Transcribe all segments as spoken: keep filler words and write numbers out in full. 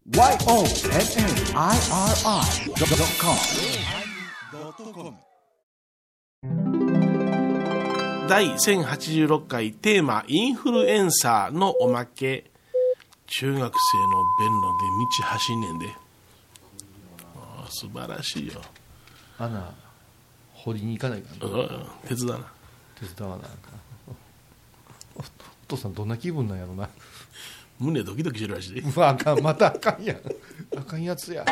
ワイオーエヌエヌアイアールアイドットコム第せんはちじゅうろっかいテーマインフルエンサーのおまけ。中学生の弁論で道走んねんで。あ素晴らしいよ。 穴掘りに行かないかな、 うん、手伝うな手伝わなあかんお父さんどんな気分なんやろな。 胸ドキドキしてるらしいで。 うわあかん、またあかんやん、あかんやつや。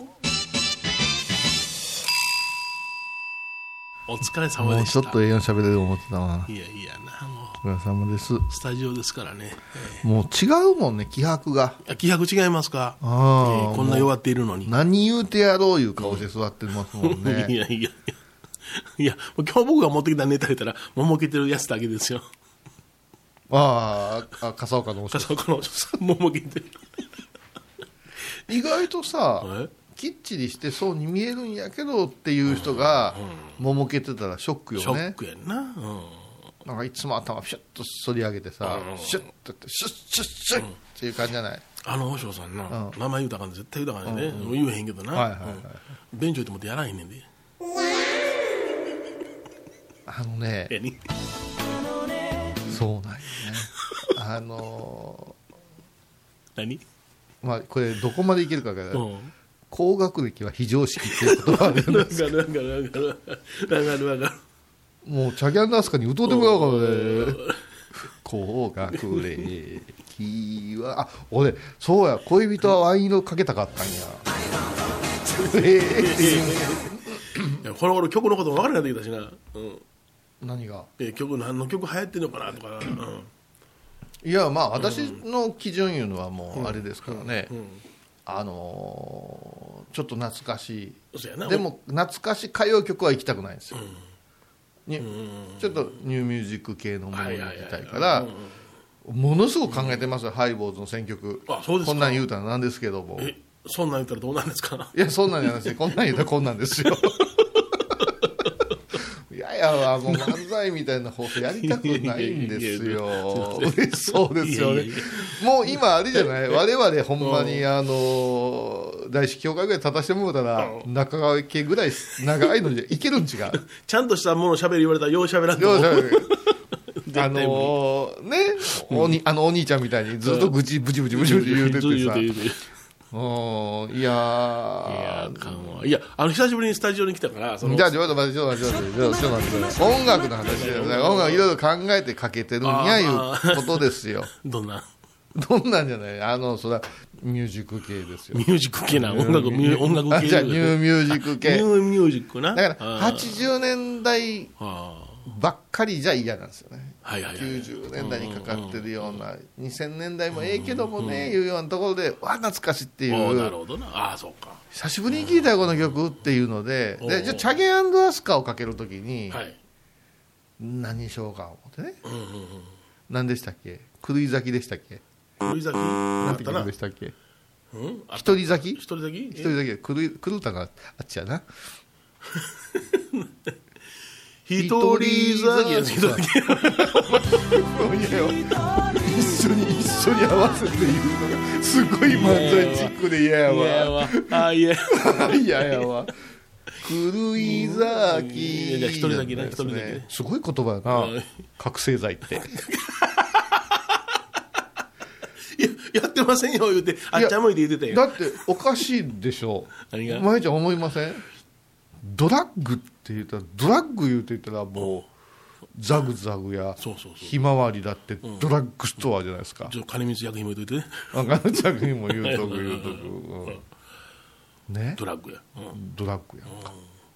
お疲れ様もうでした。 ちょっとええやん喋れる思ってたわ。 いやいやな、もお疲れ様です。 うスタジオですからね、えもう違うもんね、気迫が。 ー、気迫違いますか、えあー、こんな弱っているのに。 何言うてやろういう顔して座ってますもんね。 いやいやいやいや、今日僕が持ってきたネタ言ったらももけてるやつだけですよ。 ああ、笠岡のお師匠笠岡のお師匠さんももけてる。 意外とさえきっちりしてそうに見えるんやけどっていう人がももけてたらショックよね。 ショックやんな、うん、 なんかいつも頭ピシュッと反り上げてさ、 うん、 シュッとってシュッシュッシュッっていう感じじゃない。 あの和尚さんな、 うん、 名前言うたらあかんで絶対言うたらあかんね、 うんうん、 言えへんけどな、 はいはいはい、 うん、便所行ってもってやらへんねんで。 あのねえにそうなんよねあのー、何まあこれどこまでいけるかが、 うん、 高学歴は非常識っていう言葉あるんですわかるわかるわかるわかるわかる。 もうチャギャンダースカに歌うてもらおうからね。高学歴はあ俺そうや恋人はワイン色かけたかったんや。えー、 いやこの頃曲のことも分からなくなってきたしな、うん、 何がえ曲何の曲流行ってんのかなとか、うん、 いやまあ私の基準いうのはもうあれですからね、 うんうん、 あのー、ちょっと懐かしい。 そうやな。 でも懐かしい歌謡曲は行きたくないんですよ、 うん、 にちょっとニューミュージック系のものに行きたいかはらいはいはいはい、 ものすごく考えてますよ、ハイボーズの選曲。 あそうですか。 こんなん言うたらなんですけども、 えそんなん言ったらどうなんですか。 いやそんなんじゃなくてこんなん言うたらこんなんですよ。いやいやわもう漫才みたいな放送やりたくないんですよ。嬉しそうですよね。もう今あれじゃない、我々ほんまにあの大師協会ぐらい立たせてもらったら中川家ぐらい長いのじゃいけるん違う。 ちゃんとしたものをしゃべり言われたらようしゃべらんと。 あのー、ね、うん、おにあのお兄ちゃんみたいにずっと愚痴ブチブチブチブチ言うててさ、うん、いやー、いやーかんわ。いや、あの久しぶりにスタジオに来たからそのじゃあちょっと待ってちょっと待ってちょっと待ってちょっと待って音楽の話で音楽いろいろ考えてかけてるんやいうことですよ。 どんなどんなんじゃないあのそれはミュージック系ですよ。 ミュージック系な音楽ミュ音楽系じゃあニューミュージック系ニューミュージックな。 だからはちじゅうねんだいばっかりじゃ嫌なんですよね。 はいはいはい、 きゅうじゅうねんだいにかかってるようなにせんねんだいもええけどもねいうようなところでわ懐かしいっていう。 なるほどな。ああそうか。 久しぶりに聴いたよこの曲っていうので、でじゃあチャゲ&アスカをかけるときに、はい、何にしようか思ってね、うんうんうん、何でしたっけ、狂い咲きでしたっけ、 狂い咲きなんて曲でしたっけ、 うん、 一人咲き一人咲き一人咲き狂い狂ったがあっちやな。 一人咲き一人咲き一緒に一緒に合わせて言うのがすごい漫才チックで嫌やわ。 嫌やわ。あ嫌嫌やわ。狂い咲き。 一人咲きな、一人咲きね。 すごい言葉やな。覚醒剤って。いややってませんよ言うてあっちゃんもいて言ってたよ。 だっておかしいでしょ。何が？まゆちゃん思いません？ドラッグって言ったらドラッグ言うて言ったらもうザグザグやひまわりだってドラッグストアじゃないですか。 ちょっと金光薬品も言うといてね。 金光薬品も言うとく言うとく、うん、ね、 ドラッグや、 うん、ドラッグやんか、うん、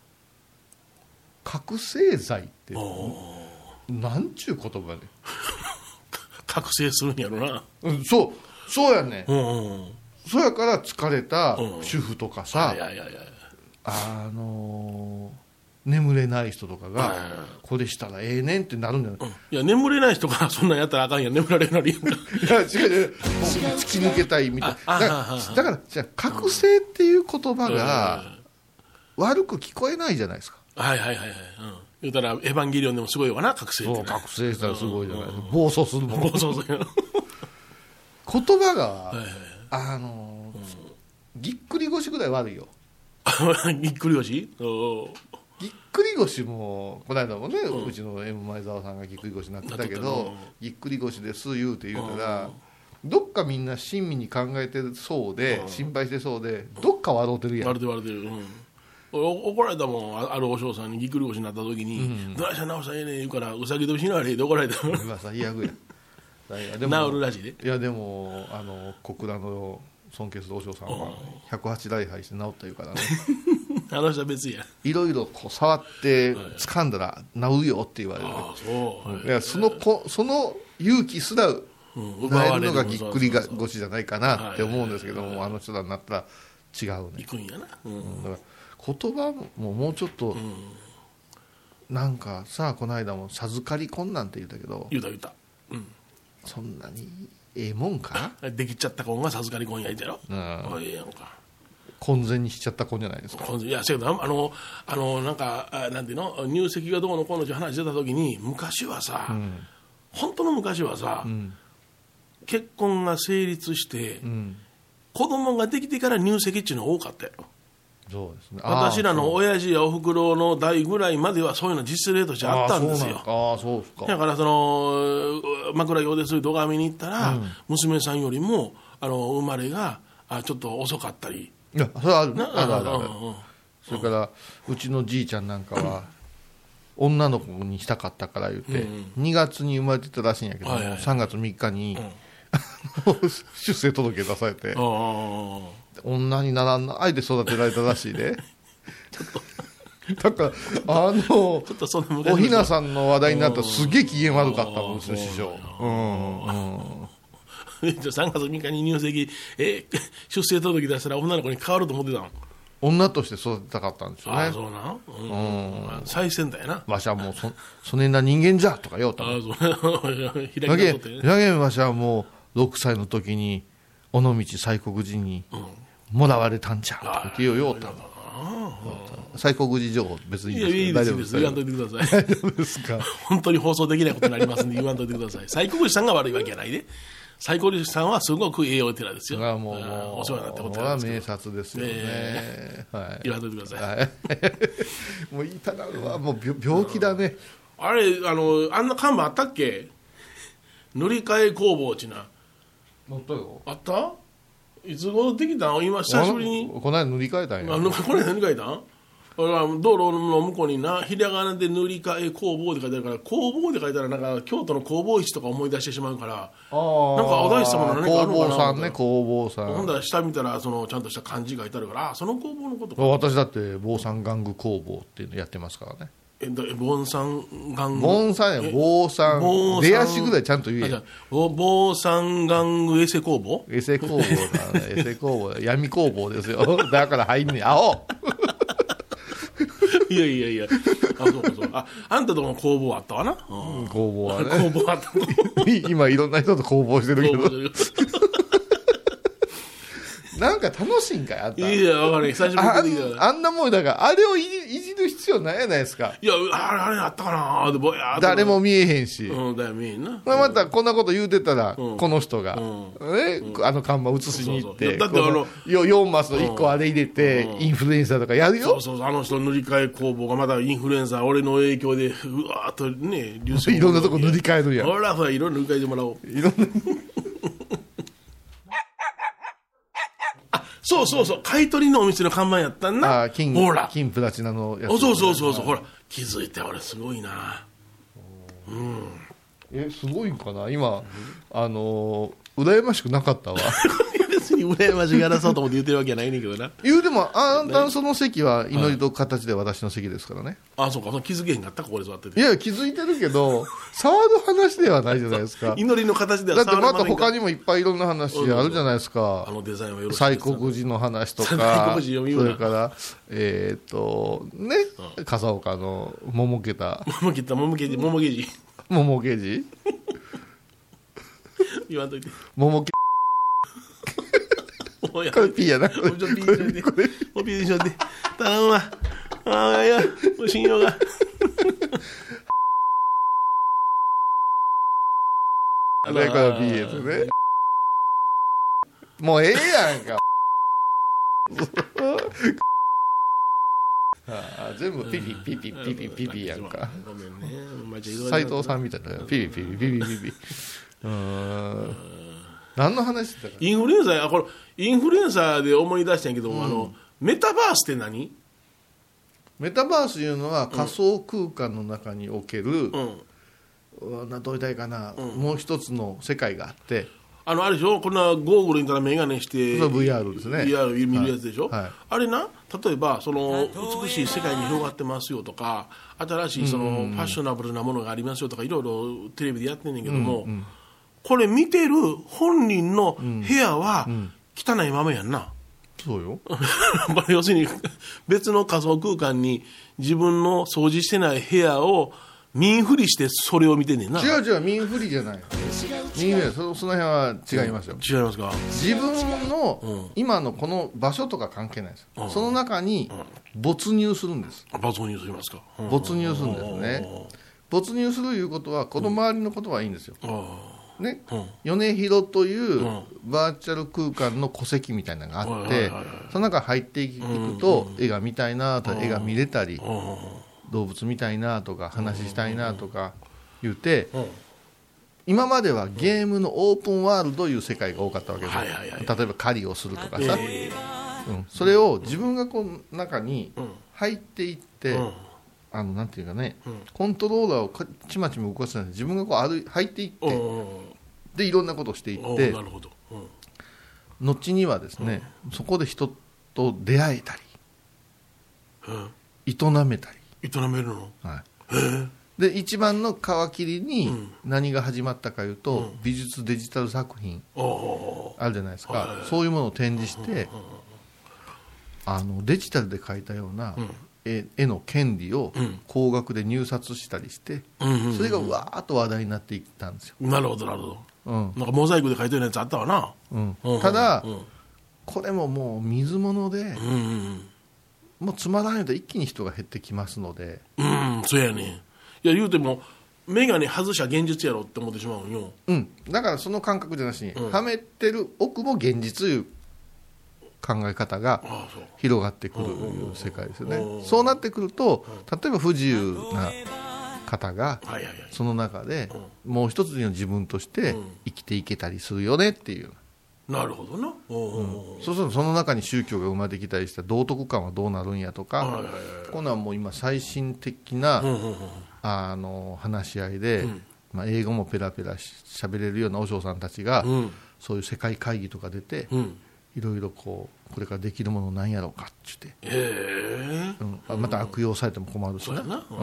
覚醒剤ってなんちゅう言葉で覚醒するんやろな、 うん、そうそうやね、 うんうんうん、 そうやから疲れた主婦とかさ、 いやいやいや、 あのー眠れない人とかがこれしたらええねんってなるんじゃない、うん、 いや眠れない人がそんなんやったらあかんやん、眠られるなりやんか。 いや違う違う、突き抜けたいみたいな。だからだからじゃあ覚醒っていう言葉が悪く聞こえないじゃないですか。 はいはいはいはい、うん、言うたらエヴァンゲリオンでもすごいわな、覚醒って、ね、 そう覚醒したらすごいじゃないですか、暴走するもん。 暴走する言葉が、はいはい、あのーぎっくり腰ぐらい悪いよ。 ぎっくり腰。おぎっくり腰もこの間もね、 うん、 うちの M 前澤さんがぎっくり腰になってたけなっど、 てたなぎっくり腰です言うて言うたら、どっかみんな親身に考えてそうで、 うん、 心配してそうで、どっか笑うてるやん。 笑って笑ってる、うん、お怒られたもん、ああるお嬢さんにぎっくり腰になった時に、うん、どないしたら直したらええねん言うから、うさぎ跳びしなあれって怒られた。 今最悪やでも治るらしいで。 いやでもあの小倉の尊敬するお嬢さんはひゃくはちだいはいして治ったいうからね。 あの人は別や。 いろいろこう触って掴んだら治るよって言われる、 ああそう、 うん、いやそのこその勇気すら奪えるのがぎっくり腰じゃないかなって思うんですけども、あの人らになったら違うね。 行くんやな、うん、 だから言葉ももうちょっと、うん、なんかさあこの間も授かり婚なんて言ったけど、 言うた言うた、うん、 そんなにええもんか。 できちゃった婚が授かり婚やいたやろ、うん、ええやんか。 婚前にしちゃった婚じゃないですか。 いやせやけどあのあのなんかなんていうの、入籍がどうのこうのって話してた時に、昔はさ、うん、本当の昔はさ、うん、結婚が成立して、うん、子供ができてから入籍っていうのが多かったやろ。 そうですね、 私らの親父やおふくろの代ぐらいまではそういうの実例としてあったんですよ。 ああそうですか。 だからその枕用ですと拝みに行ったら、うん、娘さんよりもあの生まれがあちょっと遅かったり。 いやそれはある、あるあるある。それからうちのじいちゃんなんかは女の子にしたかったから言って、うん、にがつに生まれてたらしいんやけども、はいはい、さんがつみっかに、うん、出生届出されて、女にならんないで育てられたらしいでだからあのおひなさんの話題になったらすげえ機嫌悪かったもん、うちの師匠。 さんがつみっかに入籍、え出生届出したら女の子に変わると思ってたの。 女として育てたかったんですよね。 ああそうな、うん、最先端やな。 わしはもう そ, そねんな人間じゃとか言おうと。ああそうひらげんとってね。ひらげんわしはもうろくさいの時に尾道西国寺にもらわれたんじゃとか言おうと。西国寺情報別にいいですか。 いやいいです、いいです、言わんといてください。大丈夫ですか。本当に放送できないことになりますんで言わんといてください。西国寺さんが悪いわけじゃないで。西国寺さんはすごく栄養寺ですよ。 あもうお世話になってお寺ですけど。 名察ですよね、えーはい、 言わんといてください、 はい、もう言いたなるわ。もう 病, 病気だね。 あれ あのあんな看板あったっけ。塗り替え工房ちなあったよ。 あった。いつ頃できたん。今久しぶりにこの間塗り替えたんや。 あのこれ塗り替えたん。道路の向こうになひらがなで塗り替え工房って書いてあるから、工房って書いたらなんか京都の工房市とか思い出してしまうから、あなんかお大師様の何かあるのかな。工房さんね、工房さん。ほんだら下見たらそのちゃんとした漢字書いてあるから、あその工房のことか。 私だって坊さん玩具工房っていうのやってますからね。 え坊さん玩具坊さんや坊さん出足ぐらいちゃんと言えや。 坊さん玩具エセ工房。 エセ工房だね。エセ工房闇工房ですよ。だから入んねんアホ。 いやいやいや、あそうかそう、ああんたとこの工房あったわな、 うん、工房はね。 工房あった今いろんな人と工房してるけどなんか楽しいんかいあんた。いや分かる、久しぶりにあ, あんなもんだからあれをい じ, いじる必要ないやないですか。 いやあれあれあったかなでぼや誰も見えへんし、 うん、だよ見えんな。 またこんなこと言うてたら、うん、この人が、うんねうん、あの看板写しに行って、そうそうだってあのよんマスのいっこあれ入れて、うん、インフルエンサーとかやるよ。 そうそうあの人塗り替え工房がまだインフルエンサー俺の影響でうわーっとね流星いろんなとこ塗り替えるやん。 ほらほらいろいろ塗り替えてもらおう。いろんなそうそうそう買い取りのお店の看板やったんな。 あ金ほら金プラチナのやつ。 そうそうそうそう、ほら気づいて俺すごいな。うんえすごいんかな今、うん、あの羨ましくなかったわ。 別に羨ましがらそうと思って言ってるわけじゃないねんけどな。 言うでもあんたその席は祈りと形で私の席ですからね。 あそうか、その気づけへんかったここで座ってて。 いや気づいてるけど触る話ではないじゃないですか。 祈りの形ではだってまた他にもいっぱいいろんな話あるじゃないですか。 あのデザインはよろしいですか。 西国寺の話とかそれからえー、っとね、うん、笠岡の桃けた桃けた桃けじ桃けじ桃けじ言わんといて桃けこれピーやな。これピーでこれピーでしょって頼むわ。ああいやもう信用があれこれピーですね。もうええやんか。 あ全部ピピピピピピピピやんか。 ごめんね。お前じゃいろいろ斉藤さんみたいなピピピピピピピピ。うーん。何の話だか。 インフルエンサー、あ、これインフルエンサーで思い出したんやけども、あのメタバースって何？ メタバースいうのは仮想空間の中における、 うん、 などう言いたいかな、 うん、 もう一つの世界があって、 あのあれでしょ、こんなゴーグルにたら眼鏡してブイアール ですね、 ブイアール 見るやつでしょ、 はいはい、 あれな、例えばその美しい世界に広がってますよとか、新しいそのファッショナブルなものがありますよとか、いろいろテレビでやってんねんけども、うんうん、これ見てる本人の部屋は汚いままやんな。 そうよこれ要するに別の仮想空間に自分の掃除してない部屋を民ふりしてそれを見てんねんな。 違う違う、民ふりじゃない、民ふり、そ, その辺は違いますよ、 うん、違いますか。 自分の今のこの場所とか関係ないです、うん、その中に没入するんです、 うん、没入しますか、 うん、没入するんですね。没入するいうことはこの周りのことはいいんですよ、うんね、うん、米広というバーチャル空間の戸籍みたいなのがあって、その中入っていくと絵が見たいなとか絵が見れたり、動物見たいなとか話したいなとか言うて、今まではゲームのオープンワールドいう世界が多かったわけですよ。例えば狩りをするとかさ、うん、それを自分がこう中に入っていって、あのなんていうかね、うん、コントローラーをちまちま動かすので自分がこう歩い入っていって、でいろんなことをしていって、 なるほど、うん、 後にはですね、うん、そこで人と出会えたり、うん、営めたり、 営めるの、 はい、で一番の皮切りに何が始まったかいうと、うん、美術デジタル作品あるじゃないですか、うん、そういうものを展示して、うん、あのデジタルで描いたような、うん絵の権利を高額で入札したりして、うん、それがわーっと話題になっていったんですよ。 なるほどなるほど、うん、なんかモザイクで描いてるやつあったわな、 うんうん、ただ、うん、これももう水物で、うんうん、もうつまらないと一気に人が減ってきますので、 うん、そうやね。いや言うても眼鏡外しゃ現実やろって思ってしまうんよ、 うん、だからその感覚じゃなしに、うん、はめてる奥も現実いう考え方が広がってくる世界ですよね。そうなってくると、例えば不自由な方がその中でもう一つの自分として生きていけたりするよねっていう。 なるほどな、 うん、そうするとその中に宗教が生まれてきたりした道徳観はどうなるんやとか、こんなんもう今最新的なあの話し合いで、まあ、英語もペラペラしゃべれるような和尚さんたちがそういう世界会議とか出て、いろいろこうこれからできるものなんやろうかって言って、 えーうん、また悪用されても困るしね、うん、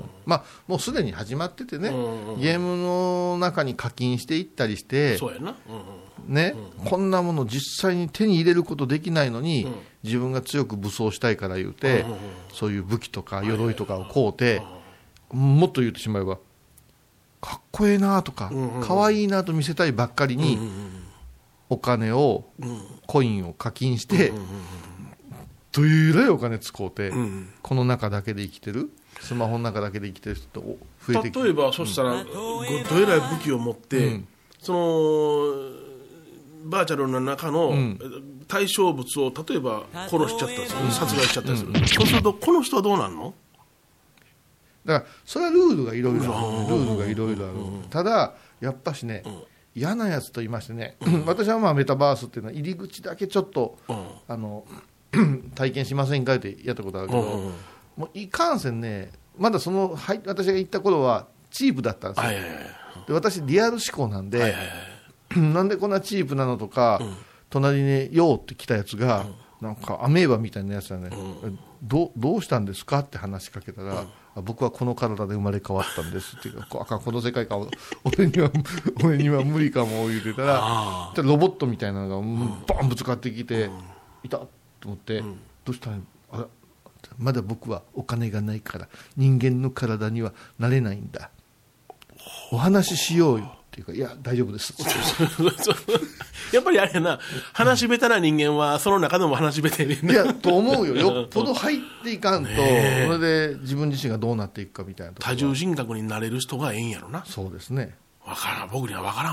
まあもうすでに始まっててね、うん、ゲームの中に課金していったりして、 そうやな、 うんねうん、こんなもの実際に手に入れることできないのに、うん、自分が強く武装したいから言うて、うん、そういう武器とか鎧とかを買うて、もっと言ってしまえばかっこええなとか、うん、かわいいなと見せたいばっかりに、うんうんお金を、うん、コインを課金して、うんうんうん、どえらいお金使うて、うん、この中だけで生きてるスマホの中だけで生きてる人増えてきて、 例えばそしたら、うん、どえらい武器を持って、うん、そのバーチャルの中の対象物を例えば殺しちゃったりする、うん、殺害しちゃったりする、うん、そうするとこの人はどうなるの？ だからそれはルールがいろいろある、ルールがいろいろある、ただやっぱしね、うん嫌なやつと言いましてね、うん、私はまあメタバースっていうのは入り口だけちょっと、うん、あの体験しませんかってやったことあるけど、うんうん、もういかんせんね、まだその、はい、私が行った頃はチープだったんですよ、はいはいはい、で私リアル思考なんで、はいはいはい、なんでこんなチープなのとか、うん、隣にようって来たやつが、うん、なんかアメーバみたいなやつだね、うん、ど, どうしたんですかって話しかけたら、うん僕はこの体で生まれ変わったんですっていうか、あかんこの世界観俺には俺には無理かも言ってたら、ロボットみたいなのがバンぶつかってきて、うん、いたと思って、うん、どうしたんあらまだ僕はお金がないから人間の体にはなれないんだ、お話ししようよっていうか、いや大丈夫ですやっぱりあれやな、話し下手な人間はその中でも話し下手にいやと思うよ、よっぽど入っていかんと、それで自分自身がどうなっていくかみたいなところ、 多重人格になれる人がええんやろな。 そうですね、 分からん、僕には分からんわ。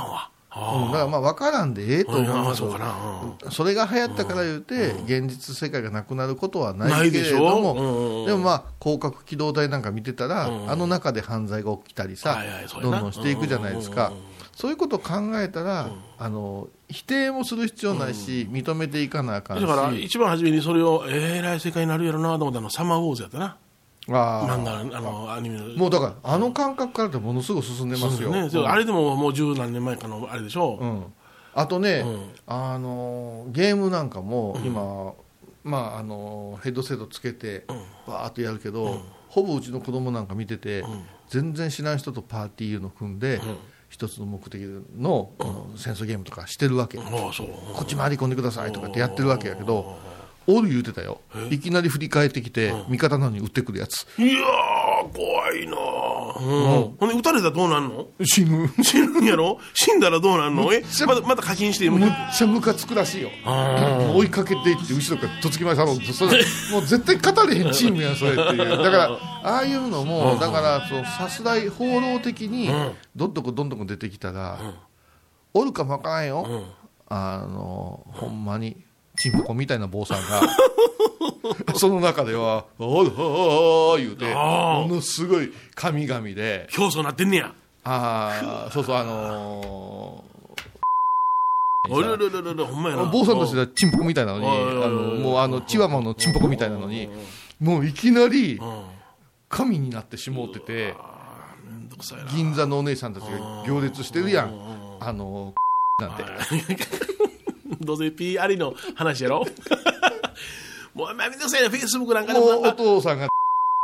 うん、だからまあ分からんでええと思いますそうかな、 うん、それが流行ったから言うて、うん、現実世界がなくなることはないけれども、で, でもまあ広角機動隊なんか見てたら、うん、あの中で犯罪が起きたりさ、はいはい、どんどんしていくじゃないですか、うん、そういうことを考えたら、うん、あの否定もする必要ないし、うん、認めていかなあかんし、 だから一番初めにそれをえらい世界になるやろなと思ったのはサマーウォーズやったな。 あ漫画あのアニメのもうだからあの感覚からってものすごく進んでますよ、 ね、うん、あれでももう十何年前かのあれでしょう、 うん、あとね、うん、あのゲームなんかも今、うん、まあ、あのヘッドセットつけてバーッとやるけど、うん、ほぼうちの子供なんか見てて、うん、全然知らん人とパーティーいうの組んで、うん、一つの目的の、うん、戦争ゲームとかしてるわけ、うん、こっち回り込んでくださいとかってやってるわけやけど、おる言うてたよ。いきなり振り返ってきて、うん、味方なのに撃ってくるやつ。 いやー怖いなー、うんうん、ほんで撃たれたらどうなんの？ 死ぬ死ぬんやろ。死んだらどうなんの？えまたまた課金してむっちゃムカつくらしいよ。追いかけていって後ろからとつきましたのそれもう絶対勝たれへんチームやんそれっていう。だからああいうのも、うん、だからそうさすらい放浪的にどんどこどんどこ出てきたら、うん、おるかもわからんよ、うん、あのほんまにチンポコみたいな坊さんがその中では「おいおいおい」言うてものすごい神々で競争なってんねや。 ああそうそうあのー、おるるるるるほんまやな。 坊さんとしてはチンポコみたいなのに、あのもうあのチワワのチンポコみたいなのにもういきなり神になってしもうてて、銀座のお姉さんたちが行列してるやん、あのなんてどうせ P ありの話やろもうめんどくさいな。フェイスブックなんかでももうお父さんが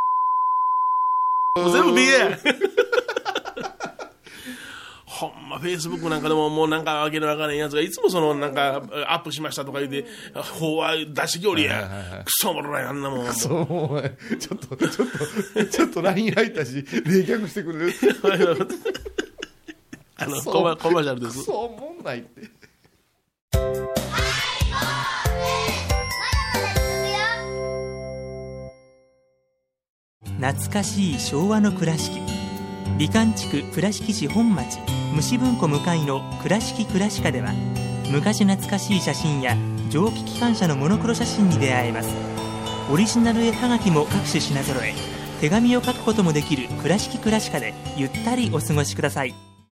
もう全部 P やほんまフェイスブックなんかでももうなんかわけのわからんやつがいつもそのなんかアップしましたとか言って法は出し行りや、はいはいはい、クソおもろないあんなもん。 そうちょっとちょっとちょっと ライン 入ったし冷却してくれるあのコマ、コマーシャルです。 クソおもんないって懐かしい昭和の倉敷。美観地区倉敷市本町虫文庫向かいの倉敷倉歯科では昔懐かしい写真や蒸気機関車のモノクロ写真に出会えます。オリジナル絵はがきも各種品揃え、手紙を書くこともできる倉敷倉歯科でゆったりお過ごしください。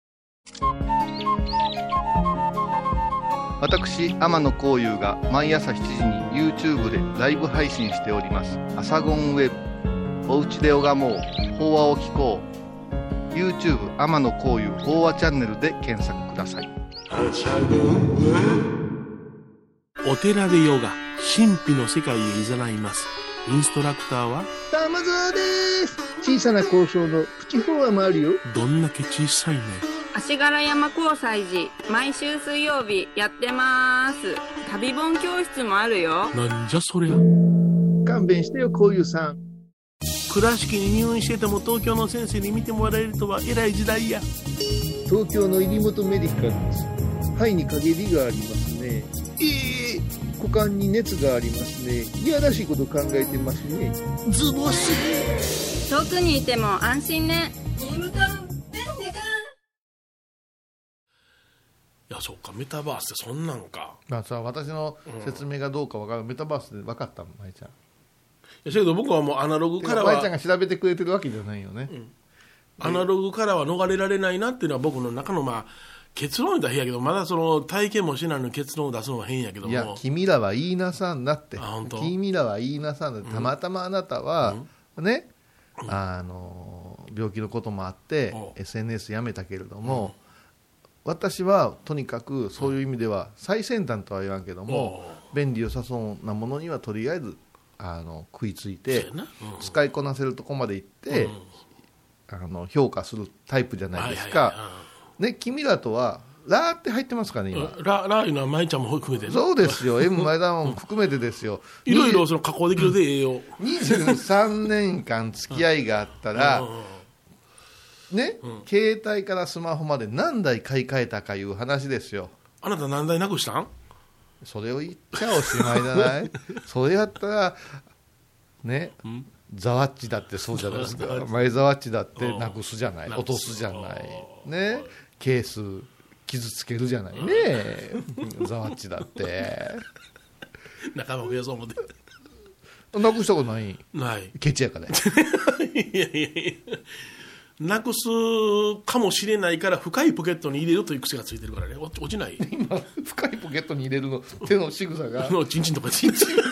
私天野幸雄が毎朝しちじに YouTube でライブ配信しておりますアサゴンウェブ。おうちで拝もう法話を聞こう。 YouTube 天野幸雄法話チャンネルで検索ください。 お寺でヨガ神秘の世界へ誘います。インストラクターは玉沢です。小さな交渉のプチ法話もあるよ。 どんだけ小さいね。 足柄山交際時毎週水曜日やってます。旅本教室もあるよ。 なんじゃそりゃ。 勘弁してよこういうさん。 倉敷に入院してても東京の先生に見てもらえるとは偉い時代や。 東京の入本メディカルです。肺に陰りがありますね。ええー、股間に熱がありますね。いやらしいこと考えてますね。 ズボス。 遠くにいても安心ね。 いやそうかメタバースってそんなんか。 まあさ私の説明がどうか分からない、うん、メタバースで分かったの舞ちゃん。 いやけど僕はもうアナログからは舞ちゃんが調べてくれてるわけじゃないよね、うん、 アナログからは逃れられないなっていうのは僕の中のまあ結論だ変やけど、まだその体験もしないのに結論を出すのは変やけども。 いや君らは言いなさんなって。君らは言いなさんなって。たまたまあなたは、うん、ね、うん、あの病気のこともあって、うん、エスエヌエス やめたけれども、うん、私はとにかくそういう意味では最先端とは言わんけども、うん、便利良さそうなものにはとりあえずあの食いついて、うん、使いこなせるとこまで行って、うん、あの評価するタイプじゃないですか、はいはいはい、ね、君らとはラーって入ってますかね今。 ララーいうのは舞ちゃんも含めて、ね、 そうですよM 前田も含めてですよいろいろその加工できるでええよ。 にじゅうさんねんかん付き合いがあったら、ね、うん、携帯からスマホまで何台買い替えたかいう話ですよ。 あなた何台なくしたん。 それを言っちゃおしまいじゃないそれやったらね、ザワッチだってそうじゃないですか。前ザワッチだってなくすじゃない、落とすじゃないね、ケース傷つけるじゃないね、ザワッチだって仲間増やそう思ってなくしたことない？ ないケチやからいやいやいやなくすかもしれないから深いポケットに入れるという癖がついてるからね。落ちない今深いポケットに入れるの手の仕草がのチンチンとかチンチン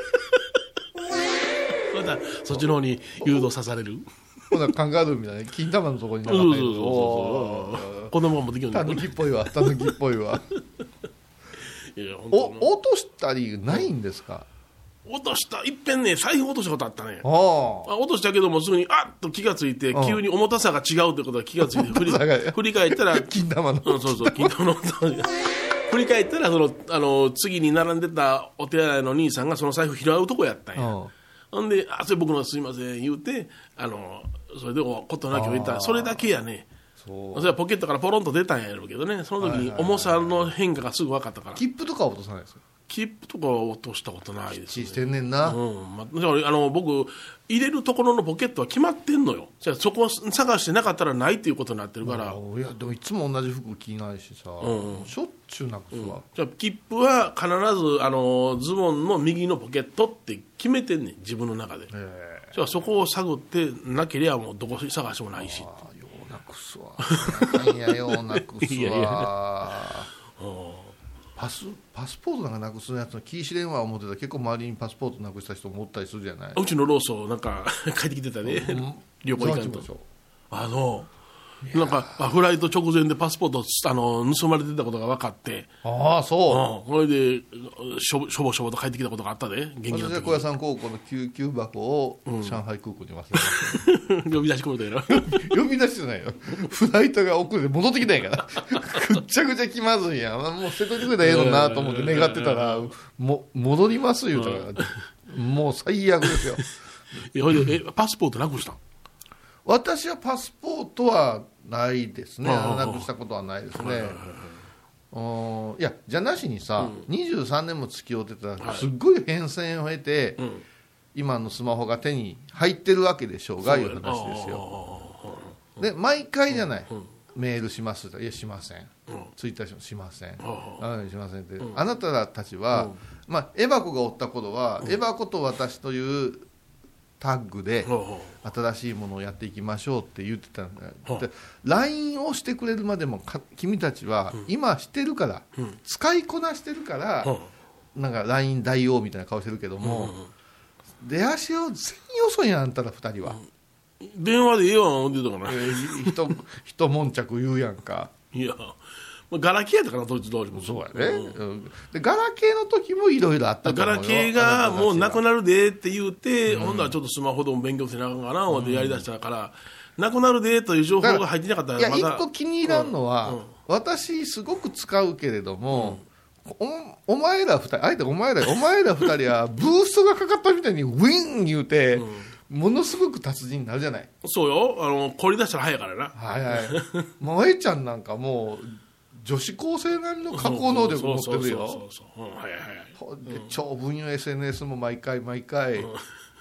またそっちの方に誘導さされる。 ほなカンガルーみたいな金玉のところになかったけど、 子供もできるんだタヌキっぽいわタヌキっぽいわいや本当お落としたりないんですか？ 落としたいっぺんね財布落としたことあったね。 ああ落としたけどもすぐにあっと気がついてうん急に重たさが違うということが気がついて振り重たさが振り返ったら金玉のうん、そうそう金玉の振り返ったらそのあの次に並んでたお手洗いの兄さんがその財布拾うとこやったんや。 うんほんであそれ僕のすいません言うてあのそれでことなきを言ったあーそれだけやね。 そうそれはポケットからポロンと出たんやろうけどねその時に重さの変化がすぐ分かったから、 切符とかは落とさないですか？ 切符とかは落としたことないですね。 してんねんな、 うんまあ、だからあの僕入れるところのポケットは決まってんのよ。じゃあそこを探してなかったらないっていうことになってるから、 いやでもいつも同じ服着ないしさ、 うんしょっちゅうなくすわ、 じゃあ切符は必ずあのズボンの右のポケットって決めてんねん自分の中で。 えじゃあそこを探ってなければもうどこ探してもないし。 ー、あようなくすわいやようなくすわいやいやパスパスポートなんかなくすやつの気知れんわ思ってたら結構周りにパスポートなくした人もおったりするじゃない。 うちのローソンなんか帰ってきてたね、旅行行かんと。あのなんかあフライト直前でパスポートあの盗まれてたことが分かって、 ああそうん、それでしょぼしょぼしょぼと帰ってきたことがあったでう、 元気な時私は小屋さん高校の救急箱を上海空港に忘れました、 呼び出し込めたよな呼び出してないよフライトが遅れて戻ってきないからくっちゃくちゃ気まずいやんもう捨てといてくれたらええのなと思って願ってたらも戻ります言うたからもう最悪ですよいやほいでえパスポートなくしたん？ 私はパスポートはないですね、 ああなくしたことはないですね。うんいやじゃなしにさ、うん、にじゅうさんねんも付き合ってたらすっごい変遷を経て、うん、今のスマホが手に入ってるわけでしょうがいう話ですよ。で毎回じゃない、うん、メールしますいやしません、うん、ツイッターしません、うん、しませんって、うん、あなたたちは、うん、まあ、エバコがおった頃は、うん、エバコと私というタッグで新しいものをやっていきましょうって言ってたんだよ。で ライン をしてくれるまでもか君たちは今してるから、うん、使いこなしてるから、うん、なんか ライン 大王みたいな顔してるけども、うん、出足を全員遅いやんあんたらふたりは、 うん、電話でええわ思ってたかな、 えー、ひとひと悶着言うやんかいやガラケーやったかなどいつどうもそうやね、うん、でガラケーの時もいろいろあったと思うよ。 ガラケーがもうなくなるでって言って、うん、ほんならちょっとスマホでも勉強せなあかんかな思ってやりだしたから、うん、なくなるでという情報が入ってなかったらまだいや一個気に入らんのは、うんうん、私すごく使うけれども、うん、お, お前らふたりあえてお前らお前らふたりはブーストがかかったみたいにウィン言うて、うん、ものすごく達人になるじゃない。 そうよあの凝り出したら早いからな。 はいはいもうえちゃんなんかもう女子高生並みの加工能力持ってるよ。長文の エスエヌエス も毎回毎回、うん、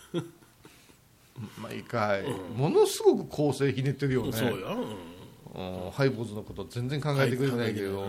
毎回、うん、ものすごく構成ひねってるよね。 そうや、 うん、ハイボーズのこと全然考えてくれないけど、はい、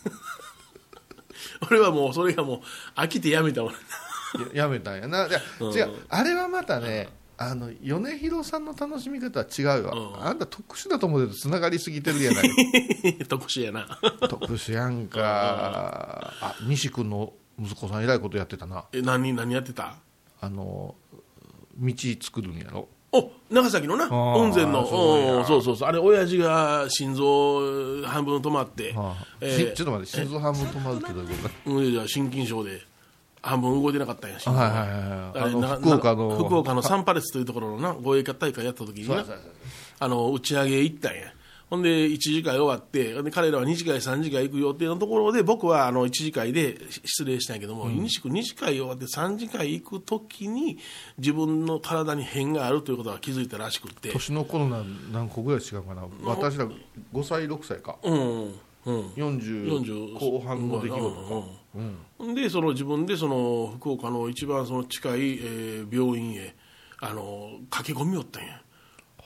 俺はもうそれがもう飽きてやめたもん。 や, やめたんやな。いや、うん、違うあれはまたねあの米広さんの楽しみ方は違うよ、うん、あんた特殊だと思うけどつながりすぎてるやない特殊やな特殊やんかあ西君の息子さんえらいことやってたな。 え 何, 何やってた？ あの道作るんやろ。 お長崎のな温泉のそうそうそうそうあれ親父が心臓半分止まって、はあえー、ちょっと待って心臓半分止まるってどういうことだ？ うん、いや心筋症で半分動いてなかったんやし、 はいはいはい、あの福岡の福岡のサンパレスというところのな護衛大会やった時になあの打ち上げ行ったんや。ほんでいち次会終わってで彼らはに次会さん次会行く予定のところで僕はあのいち次会で失礼したんやけども、うん、西区に次会終わってさん次会行く時に自分の体に変があるということが気づいたらしくって年の頃な何個ぐらい違うかな、うん、私らごさいろくさいか、うんうん、よんじゅう後半の出来事か、 うんうん、でその自分でその福岡の一番その近い、えー、病院へあの駆け込みよったんや。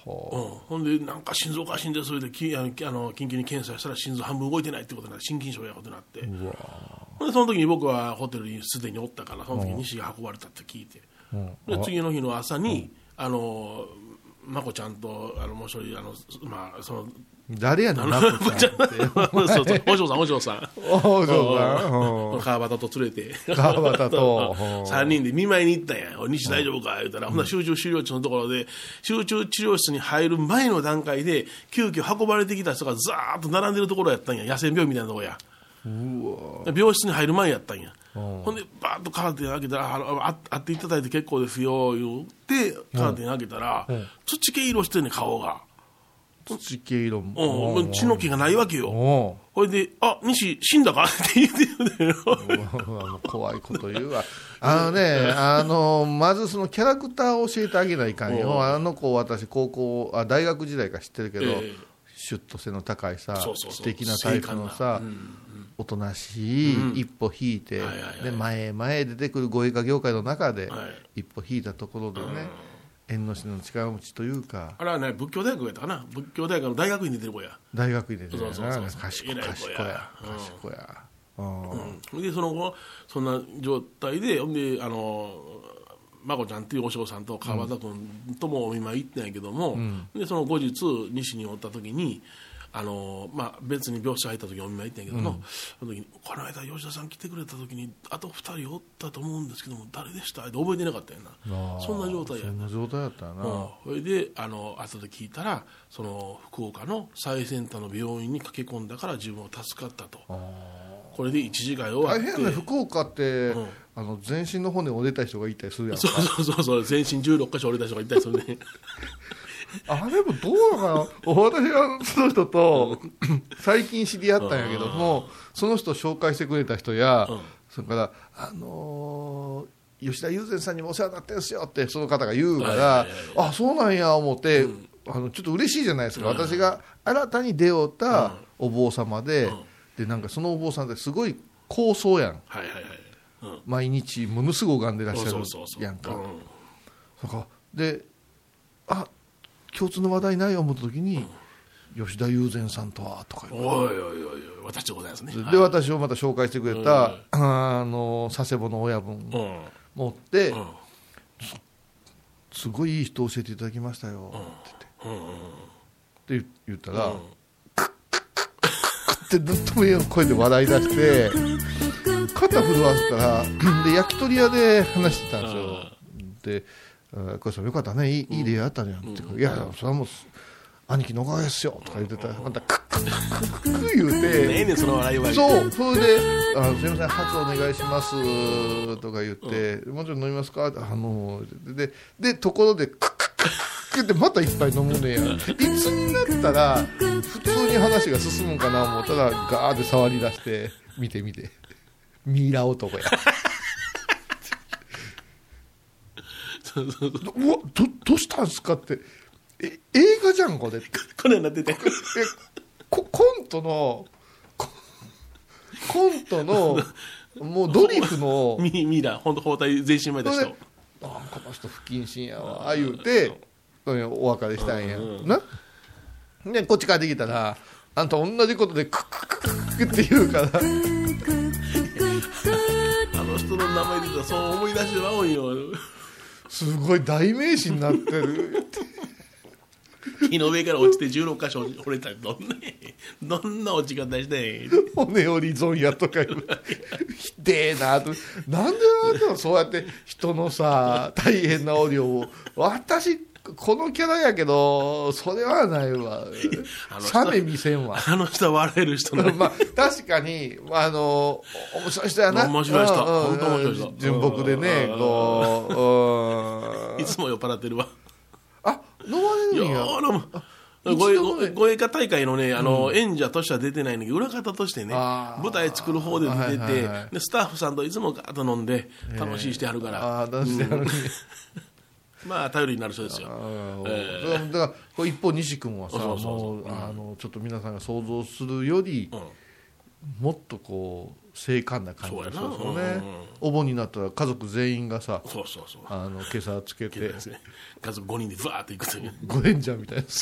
うん、ほんでなんか心臓おかしいんでそれできあのあの緊急に検査したら心臓半分動いてないってことになって心筋症やことになって、 うわほんでその時に僕はホテルにすでにおったからその時に西が運ばれたって聞いて、 うん、 で次の日の朝に、うん、あのまこちゃんとあのもう一人あの、まあ、その誰やねんまこちゃんってそうそうお嬢さんお嬢さんお嬢さん川端と連れて川端とさんにんで見舞いに行ったんや。西大丈夫か言うたら、うん、ほんな集中治療室のところで集中治療室に入る前の段階で急遽運ばれてきた人がザーッと並んでるところやったんや。野戦病院みたいなところや。うわ病室に入る前やったんや。ほんでバーッとカーテン開けたらああ会っていただいて結構ですよ言ってカーテン開けたら、うん、土系色してんね顔が土系色も、うん、血の気がないわけよ。これであ西死んだかって言ってるよ怖いこと言うわあのねあのまずそのキャラクターを教えてあげないかんよ。あの子私高校あ大学時代から知ってるけど、えー、シュッと背の高いさ素敵なタイプのさ、うん、おとなしい、うん、一歩引いて、はいはいはい、で前前出てくる護衛科業界の中で、はい、一歩引いたところでね、うん縁の下の力持ちというかあれはね仏教大学やったかな仏教大学の大学院に出てる子や大学院で出てるそうそうそう賢い賢いや賢いや、 うんうん、でその後そんな状態でほんであのまこちゃんっていうお嬢さんと川端君ともお見舞い行ったんやけども、うん、でその後日西におった時にあのまあ、別に病室入った時にお見舞い行ったんやけども、うん、その時にこの間吉田さん来てくれた時にあとふたりおったと思うんですけども誰でしたって覚えてなかったよな。そんな状態やった。 そんな状態やったよな、うん、 それであの後で聞いたらその福岡の最先端の病院に駆け込んだから自分を助かったと。これで一時間終わって大変ね福岡って、うん、あの全身の骨折れた人がいたりするやんか。 そうそうそうそう全身じゅうろっかしょ折れた人がいたりするねあれもどうなのかな私はその人と最近知り合ったんやけどもその人を紹介してくれた人や、うん、それからあのー、吉田友禅さんにもお世話になってるんですよってその方が言うから、はいはいはいはい、あそうなんや思って、うん、あのちょっと嬉しいじゃないですか、うん、私が新たに出会ったお坊様で、うん、でなんかそのお坊さんってすごい高僧やん、はいはいはいうん、毎日ものすごい拝んでらっしゃるやんか、うん、そかであ共通の話題ない思った時に、うん、吉田友禅さんとはとか言うおいおいおいおい私でございますね。 で、はい、私をまた紹介してくれた、うん、あの佐世保の親分持って、うん、す, すごいいい人教えていただきましたよって言って、うん、って言ったら、うん、クックックッってずっと上の声で笑い出して肩震わせたらで焼き鳥屋で話してたんですよ。でこれさよかったねいい、いい出会いあったじゃんって、うん、いやそれはもう兄貴のおかげですよとか言ってたらまたクックックックッ言うてねえねんその笑いはそうそれであすいません発お願いしますとか言って、うん、もうちょっと飲みますかあのででところでクックックックッってまた一杯飲むねやいつになったら普通に話が進むんかな思ったらガーって触り出して見て見てミイラ男やうわ ど, どうしたんすかってえ映画じゃんこれこれなっててコ, コントのコ, コントのもうドリフのミミラ本当包帯全身前でしたあこの人不謹慎やわあ言うてお別れしたんや、うんうん、なでこっち帰ってきたらあんた同じことでクッククックって言うからあの人の名前で言うとそう思い出してまうんよすごい代名詞になってる木の上から落ちてじゅうろっかしょ折れたらどんなどんな落ち方して骨折り損やとか言うひでえなとなんであなたそうやって人のさ大変な折を私このキャラやけどそれはないわサメ見せんわあの人は笑える人ねまあ確かにあの面白い人やな面白い人本当面白い人純朴でねこういつも酔っ払ってるわあ飲まれるんや護衛科大会のねあの、うん、演者としては出てないのに裏方としてね舞台作る方で出てて、はいはいはい、でスタッフさんといつもガーッと飲んで楽しいしてはるから、えー、 あ楽しいしてはるね、 うん、まあ頼りになる人ですよ、 えー、だから一方西君はさもうあのちょっと皆さんが想像するより、うんもっとこう精悍な感じがしますよそうやな、 ね。お盆になったら家族全員がさ、 そうそうそう、 あの今朝つけて家族ごにんでブワーっていくというゴレンジャーみたいな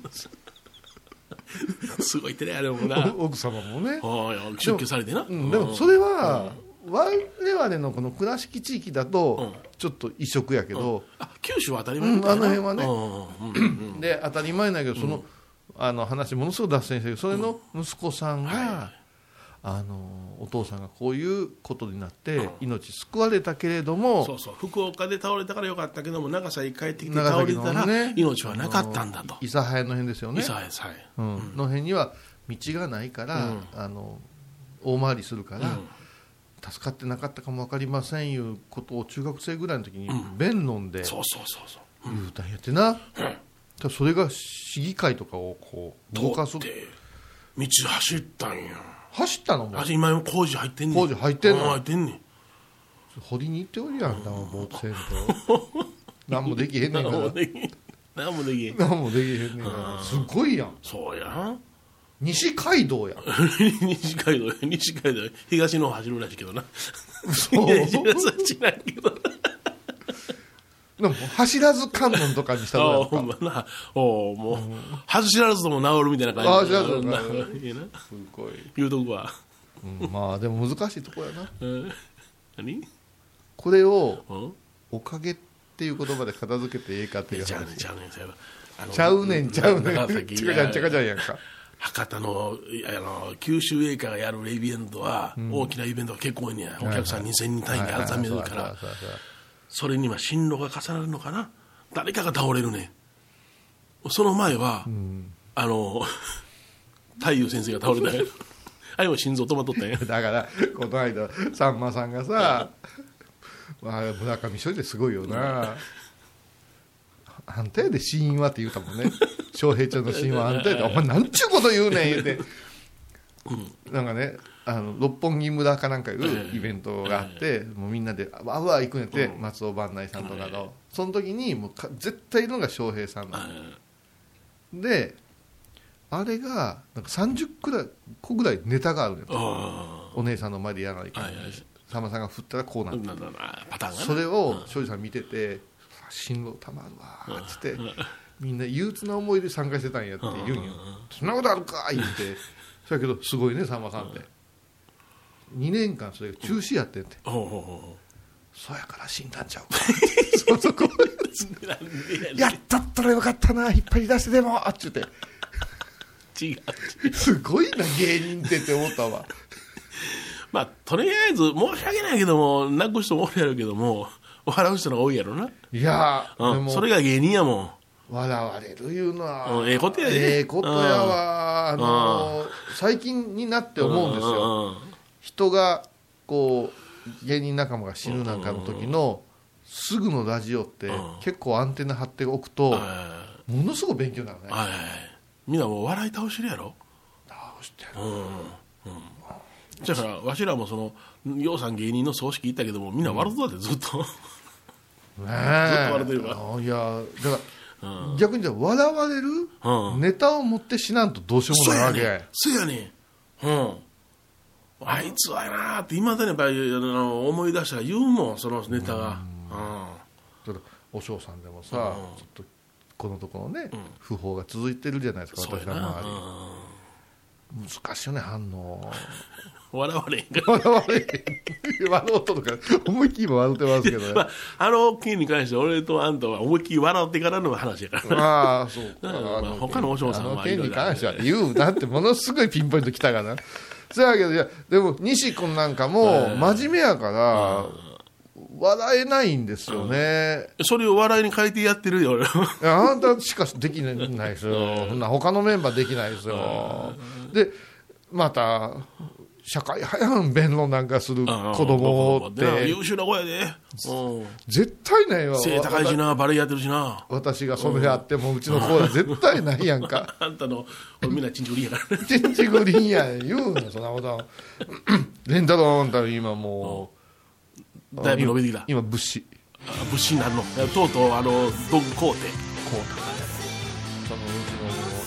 すごいてねあれもな奥様もね。 ああ出家されてな、 うん、でもそれは、うん、我々のこの倉敷地域だとちょっと異色やけど、うん、 あ九州は当たり前みたいな、うん、あの辺はね、 うんうん、 で当たり前だけどその、うん、あの話ものすごく脱線してる。それの息子さんが、うんはい、あのお父さんがこういうことになって命救われたけれども、 そうそう福岡で倒れたからよかったけども長崎帰ってきて倒れたら、ね、命はなかったんだと。 諫早の辺ですよね。 諫早、はいうん、の辺には道がないから、うん、あの大回りするから、うん、助かってなかったかも分かりませんいうことを中学生ぐらいの時に弁論で言うたんやってな、うん、それが市議会とかをこう動かすって道走ったんや。 走ったのも今も工事入ってんねん。 工事入ってんの入ってんねん。 掘りに行っておるやんな、ボートせんと何もできへんねんから何もできへん何もできへんねんからすごいやん。 そうやん西街道やん西街道西街道東の方走るらしいけどなそう知らんけどでも走らず観音とかにしたらほんまなおもう、うん、走らずとも治るみたいな感じ。 あ走らずとも治るいいなすごい言うとくわ、 うん、まあでも難しいとこやな、うん、 何これをおかげっていう言葉で片付けてええかっていう話。 ちゃうねんちゃうねんちゃうねんちゃうねんちかちゃんちゃかちゃんやんか。 博多のあの九州映画がやるイベントは、うん、大きなイベントが結構多いねや、お客さんにせんにん単位で集めるからそれには進路が重なるのかな。誰かが倒れるね。その前は、うん、あの太夫先生が倒れたよあれも心臓止まっとったんやだからこの間さんまさんがさまあ、村上処理ですごいよな、うんあんたやで死因はって言うたもんね翔平ちゃんの死因はあんたやでお前なんちゅうこと言うねん言うて、うん、なんかねあの六本木村かなんかいうイベントがあって、もうみんなでわわ行くんやって、うん、松尾伴内さんとかの、その時にもうか絶対いるのが翔平さんなので、あれがなんかさんじゅっこぐらいネタがあるのよ。お姉さんの前でやらないから、さんまさんが振ったらこうなって、 パターンがそれを庄司さん見てて心臓たまるわっつってみんな憂鬱な思いで参加してたんやって言うんよ。そんなことあるか言ってそやけどすごいねさんまさんってにねんかんそれが中止やってんて、そやから死んだんちゃうかそそこやったったらよかったな引っ張り出してでもあっちゅうて違うすごいな芸人ってって思ったわまあとりあえず申し訳ないけども泣く人もおるやろうけども笑う人が多いやろな。 いや、 うん、でもそれが芸人やもん。 笑われるいうのは、 うん、ええことやで。 ええことやわ、あのー、最近になって思うんですよ。人がこう芸人仲間が死ぬなんかの時のすぐのラジオって結構アンテナ張っておくとものすごく勉強になるね。 みんなもう笑い倒してるやろ。 倒してる。 うんうんだからわしらもそのようさん芸人の葬式行ったけどもみんな笑うとだってずっと、うん、ずっと笑ってるわ。 いやだから、うん、逆に笑われる、うん、ネタを持って死なんとどうしようもないわけ。 そうやねん、うん、あいつはやなーって今だにやっぱり思い出したら言うもんそのネタが、 うんうん、お嬢さんでもさ、うん、ちょっとこのところね、うん、訃報が続いてるじゃないですか私の周り、うん、難しいよね反応笑われへんから笑われへん笑おうとか思いっきり今笑ってますけどね、まあ、 あの件に関して俺とあんたは思いっきり笑ってからの話やからああそうか、 まあ、他のお嬢さんはあの件に関しては言うだってものすごいピンポイントきたからなそうやけどいやでも西君なんかも真面目やから笑えないんですよね。 それを笑いに変えてやってるよ俺いやあんたしかできないですよそんな他のメンバーできないですよでまた社会派やん弁論なんかする子供って優秀な子やで絶対ないわ背高いしなバレエやってるしな私がそれあってもうちの子は絶対ないやんかあんたのみんなチンチグリンやからチンチグリンや言うのそんなことレンタロンた今もうだいぶ伸びてきた今物資物資になるのとうとうあの道具工程こうそのうちの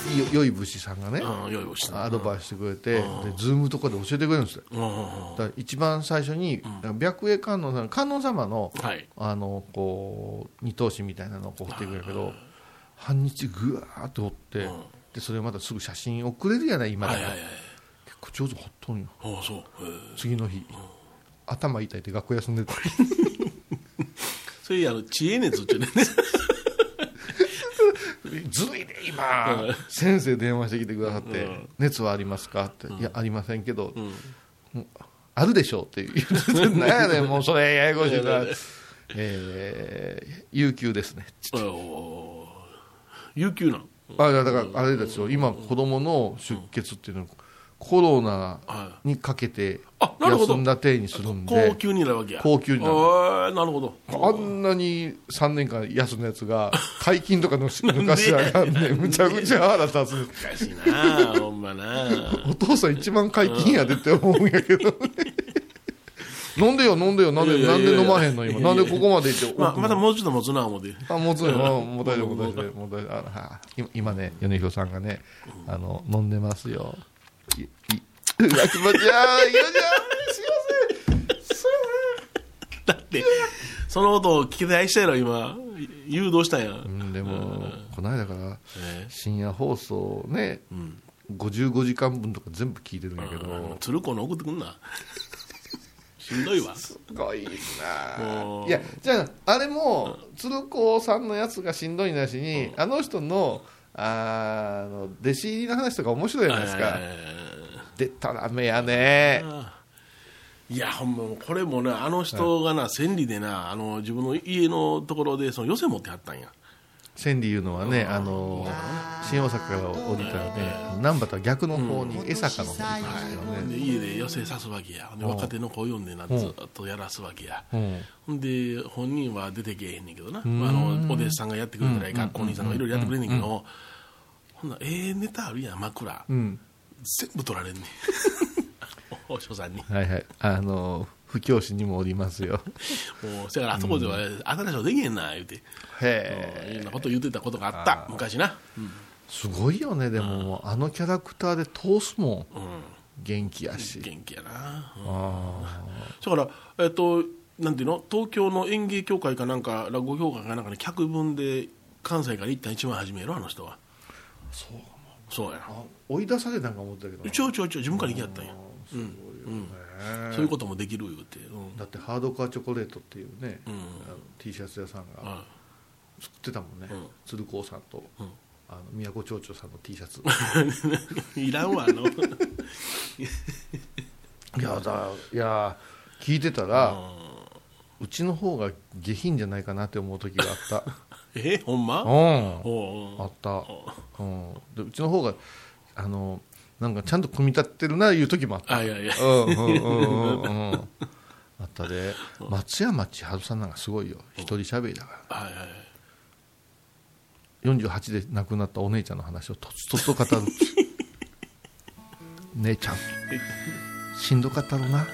よいぶしさんがね、 うんよいぶしさんアドバイスしてくれて、 うんでズームとかで教えてくれるんですよ。 うんうんうんだから一番最初に、白衣観音さん観音様の、 はいあのこう二頭身みたいなのをこう掘ってくれるけど、半日ぐわーっと掘って、 うんでそれをまたすぐ写真送れるやない今だから、 はいはいはい結構上手に掘っとんよ。 ああそうへえ次の日、頭痛いって学校休んでたそれあの知恵熱ってねずるいね今、先生電話してきてくださって、 うん熱はありますかって、いやありませんけど、 うんあるでしょうって言って何やねんもうそれややこしいなえー、有給ですねおー有給なんあだからあれですよ今子供の出血っていうのはコロナにかけてあなるほど休んだ体にするんで高級になるわけや高級になるああなるほどあんなにさんねんかん休んだやつが解禁とかの抜かしやがんねむちゃくちゃ腹立つおかしいなほんまなお父さん一番解禁やでって思うんやけどね飲んでよ飲んでよなんでいやいやいやなんで飲まへんの今なんでここまで行ってまあまだもうちょっと持つな思うてあもうついもうもう大丈夫もう大丈夫もう大丈夫あは今今ね米広さんがねあの飲んでますよいいうわ気持ち悪いよじゃあすいませんだってその音を聞きたいしたやろ今誘導したんやうんでもこの間からえ深夜放送ねーうんごじゅうごじかんぶんとか全部聞いてるんやけど鶴子の送ってくんなしんどいわすごいなもういやじゃああれも鶴子さんのやつがしんどいなしにあの人のあの弟子入りの話とか面白いじゃないですかでたらめやねいやほんまこれもねあの人がな千里でなあの自分の家のところでその寄せ持ってはったんや千里いうのはねあの新大阪から降りたらね難波とは逆の方に江坂の方に行きましたよねで家で寄せさすわけやで若手の子を呼んでなずっとやらすわけやうんほんで本人は出てけえへんねんけどな、まあ、あのお弟子さんがやってくれたら学校にさんがいろいろやってくれんねんけど、ほんならええネタあるやん枕、 うん全部取られんねんお師匠さんにはいはいあの布教師にもおりますよもうせやからあそこでは新しいのできへんな言うて、 へえいろんなこと言ってたことがあった昔な、うんすごいよねでもあのキャラクターで通すもんうん、 元気やし元気やな、うんあだからえっとなんていうの東京の演芸協会かなんか落語協会かなんかに客分で関西から行ったん一番初めやろあの人はそうそうやあ追い出されたんか思ったけどちょいちょいちょい自分から行きやったんやすごいよねそういうこともできる言うて、うんだってハードカーチョコレートっていうね、 うんあの T シャツ屋さんがは作ってたもんね、 うん鶴光さんと、 うんあの宮古町長さんの T シャツい、いらんわあのいやだいや聞いてたら、うちの方が下品じゃないかなって思う時があったえほんまうんおうあった、うん、でうちの方があのなんかちゃんと組み立ってるないう時もあったあいやいやうんうんうんうんうんあったで松山千春さんなんかすごいよ一人喋りだからはいはいはいよんじゅうはちで亡くなったお姉ちゃんの話をとつとつと語る姉ちゃんしんどかったろな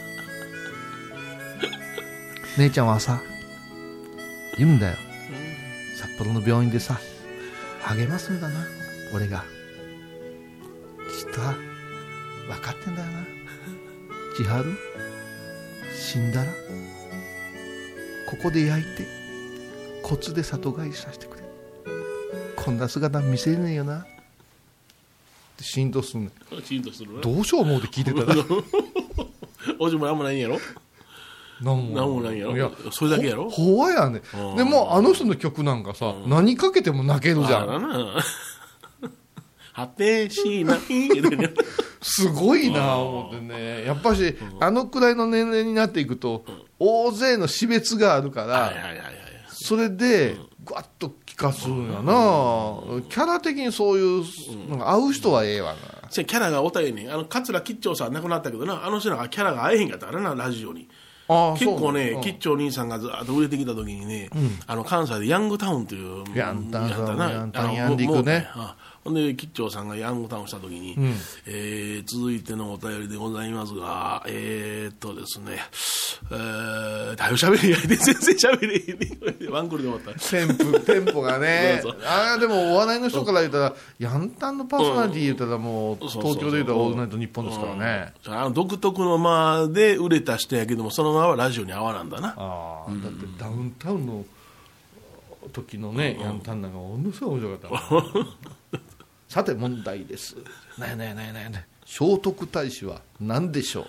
姉ちゃんはさ言うんだよ札幌の病院でさ励ますんだな俺がきっと分かってんだよな千春死んだらここで焼いてコツで里帰りさせてくれこんな姿見せれねえよなってしんどすんねんシーンとするなどうしよう思うて聞いてたらおじもなんもないんやろなんなんもないんやろいやそれだけやろほほわやねうんでもあの人の曲なんかさ何かけても泣けるじゃんあらな果てしないすごいな思ってねやっぱしあのくらいの年齢になっていくと大勢の死別があるからはいはいはいはいそれでガッと聞かすんやなキャラ的にそういうのが合う人はええわなせやキャラがおたえねんあの桂吉兆さん亡くなったけどなあの人なんかキャラが合えへんかったからなラジオにあ結構ね、 そう吉兆兄さんがずっと売れてきた時にね、あの関西でヤングタウンというヤンタウンやったなヤンタウンあのヤンディクねもうあほんで吉兆さんがヤングタウンした時に、 うんえー続いてのお便りでございますが、えー、っとですね、えー、だいぶ喋りやいで全然喋れへんねワンクールで終わった。 テンポテンポがねそうそうあーでもお笑いの人から言ったら、ヤンタンのパーソナリティ言ったらもう、 そうそう東京で言ったらオールナイトニッポンですからね、 うんあの独特の間で売れた人やけども、そのままラジオに合わなんだな。 あーだってダウンタウンの時のね、ヤンタンなんかものすごい面白かったなさて問題です。ねえねえねえねえねえ、聖徳太子は何でしょう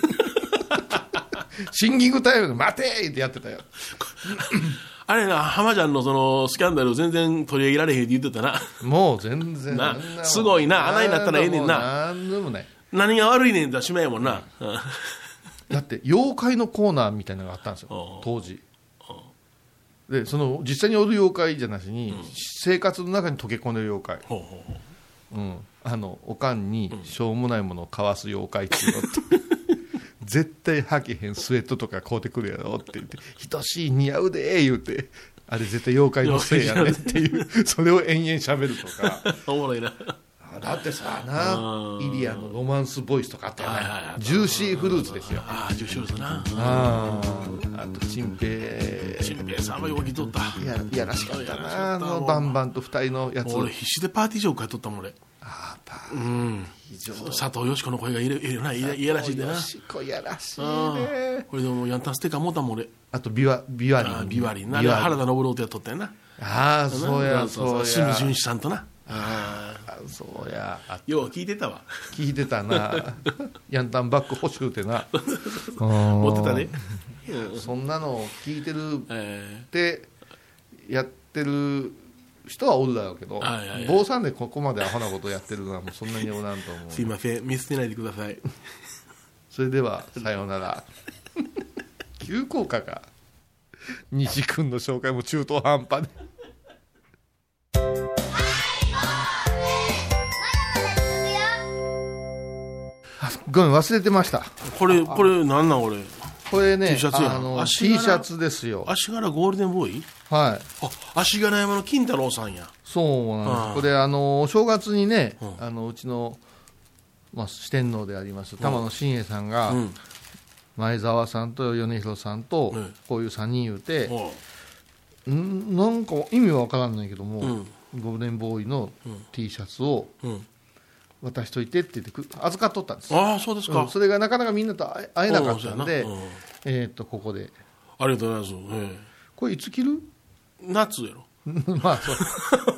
シンギングタイムで待てーってやってたよあれな、浜ちゃんのそのスキャンダル全然取り上げられへんって言ってたな。 もう全然なあんもんすごいな穴になったらええねんななんでもない。 何が悪いねんってしまいやもんな。うんだって妖怪のコーナーみたいなのがあったんですよおう当時で、その実際におる妖怪じゃなしに、生活の中に溶け込んでる妖怪、 ほうほうほううん、あのおかんにしょうもないものを買わす妖怪っていうのって絶対履けへんスウェットとか買うてくるやろって言って等しい似合うでー言うて、あれ絶対妖怪のせいやねっていうそれを延々喋るとかおもろいな。 だってさなうんイリアのロマンスボイスとかあったよね、 はいはいはいジューシーフルーツですよ、 ああ、ジューシーフルーツな。 あーあとチンペイ新平さんはよう来とった。 いやいやらしかったいやらしな、あかったのバンバンと二人のやつ。 俺必死でパーティー場買いとったもん俺。 あーパーうん。 非常佐藤よし子の声がいるいるないやいやらしいでな。 よしこやらしいうんね。 これでもヤンタンステッカー持ったもん俺。 あとビワビワリンあビワリンな。あれは原田信郎とやっとったよな。 ああそうやそうや清水純一さんとな。あああそうやあよう聞いてたわ。 聞いてたなヤンタンバッグ欲しくてな持ってたね。 そんなのを聞いてるえってやってる人はおるだろうけど、 はいはいはい坊さんでここまでアホなことやってるのはもうそんなにおらんと思うーすいません見捨てないでください。 それではさようなら急降下か西君の紹介も中途半端であごめん忘れてました。 これこれなんなんこれ。 これね T シャツやんあの足 T 柄シャツですよ。 足柄ゴールデンボーイ。 はいあ足柄山の金太郎さんや。 そうなんです。 ああこれあのお正月にね、 うんあのうちの、まあ、四天王であります玉野真栄さんが、 うん。 前澤さんと米広さんと、 うんこういうさんにん言うて、 おんなんか意味は分からんないけども、 うんゴールデンボーイのうん T シャツをうん。 渡しといてって言ってく預かっとったんです。 ああそうですか。 うんそれがなかなかみんなと会え会えなかったんで、 うんそうやなうんえーっとここでありがとうございます。えこれいつ着るえ夏やろ。 まあそう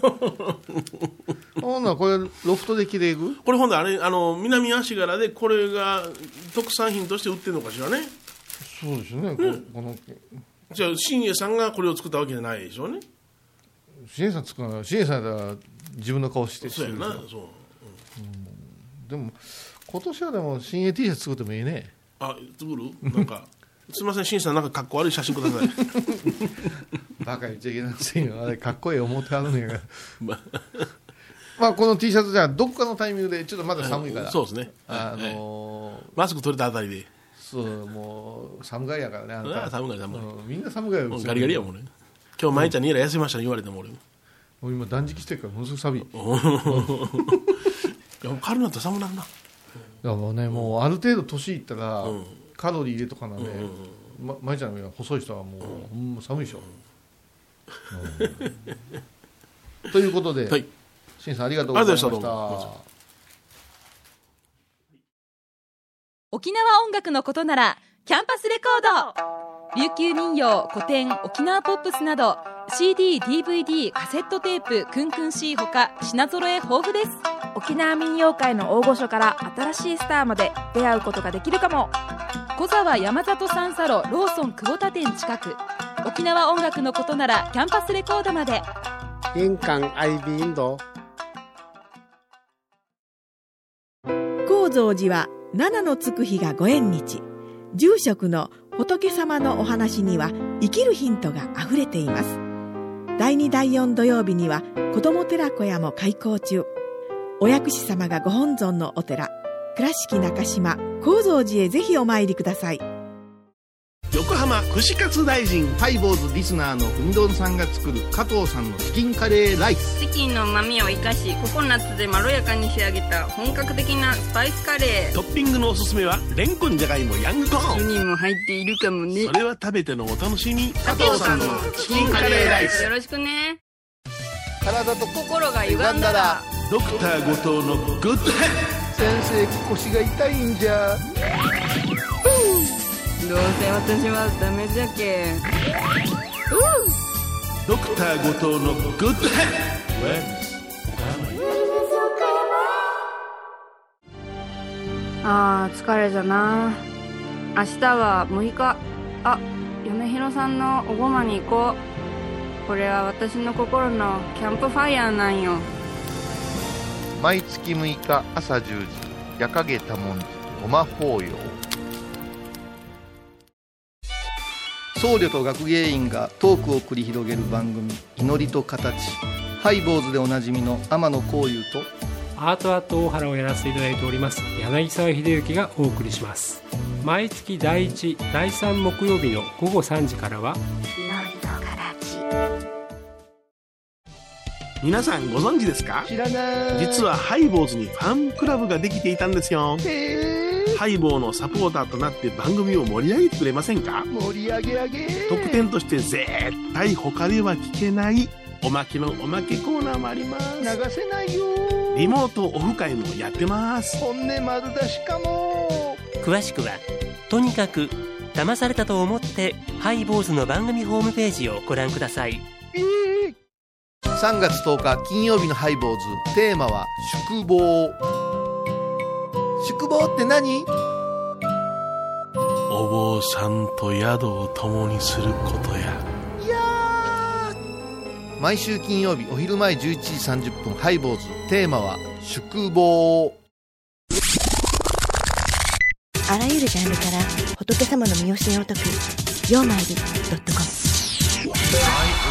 ほんならこれロフトで着れいく。 これほんであれあの南足柄でこれが特産品として売ってるのかしらね。 そうですよね、ここのじゃあ新栄さんがこれを作ったわけじゃないでしょうね。 支援さん作るの支援さんやったら自分の顔してそうやな。 してるでしょそう。 でも今年はでも新鋭 T シャツ作ってもいいね。 あ作るなんかすみません新栄さんなんかかっこ悪い写真ください。 バカ言っちゃいけないんですよ。あれかっこいい思ってあるんやからまあまあこの T シャツじゃあどっかのタイミングでちょっとまだ寒いから、 そうですね。 あはいのーマスク取れたあたりで。 そうもう寒がりやからねあんたあ寒がり寒がりうんみんな寒がりもうガリガリやもんね。今日舞ちゃんにいら休みましたね言われても俺。いもう今断食してるからものすごく寒い。いや軽くなったら寒なんな。 やもうねもうある程度年いったら、 うんカロリー入れとかなね、 うんままいちゃんのような細い人はもう、ほんま寒いでしょ、うんということで、 はい。 しんさんありがとうございました。 ありがとうございましたどうも沖縄音楽のことならキャンパスレコード、琉球民謡、古典、沖縄ポップスなど シーディー、ディーブイディー、カセットテープ、クンクン C ほか品揃え豊富です。 沖縄民謡界の大御所から新しいスターまで出会うことができるかも。 小沢山里三佐路ローソン久保田店近く。沖縄音楽のことならキャンパスレコードまで。 印港 アイビー インド高蔵寺は七のつく日がご縁日。住職の仏様のお話には生きるヒントがあふれています。だいにだいよん土曜日には子ども寺小屋も開校中。お薬師様がご本尊のお寺倉敷中島・高蔵寺へぜひお参りください。 横浜串カツ大臣。 ハイボーズリスナーのうみどんさんが作る加藤さんのチキンカレーライス。 チキンの旨味を生かしココナッツでまろやかに仕上げた本格的なスパイスカレー。 トッピングのおすすめはレンコン、じゃがいも、ヤングコーン。 に人も入っているかもね。 それは食べてのお楽しみ。 加藤さんのチキンカレーライス。よろしくね。 体と心が歪んだらドクター後藤のグッドヘッ先生、腰が痛いんじゃ。 どうせ私はダメじゃけ。 ドクター後藤のグッドヘッあー疲れじゃな。明日はむいか。あ、嫁ひろさんのおごまに行こう。これは私の心のキャンプファイヤーなんよ。 毎月むいか朝じゅうじ、夜影多文字ごま法要。僧侶と学芸員がトークを繰り広げる番組、祈りと形。ハイボーズでおなじみの天野幸雄とアートアート大原をやらせていただいております柳沢秀幸がお送りします。毎月だいいち、だいさん木曜日のごごさんじからは皆さんご存知ですか？ 知らない。 実はハイボーズにファンクラブができていたんですよ。ハイボーのサポーターとなって番組を盛り上げてくれませんか？ 盛り上げ上げ。 特典として絶対他では聞けないおまけのおまけコーナーもあります。 流せないよ。 リモートオフ会もやってます。 本音丸出しかも。 詳しくはとにかく騙されたと思ってハイボーズの番組ホームページをご覧ください。 さんがつとおか金曜日のハイボーズ、テーマは宿坊。宿坊って何？ お坊さんと宿を共にすることや。 いやー、毎週金曜日お昼前じゅういちじさんじゅっぷん、ハイボーズ、テーマは宿坊。 あらゆるジャンルから仏様の身教えを解く曜マイルドットコム。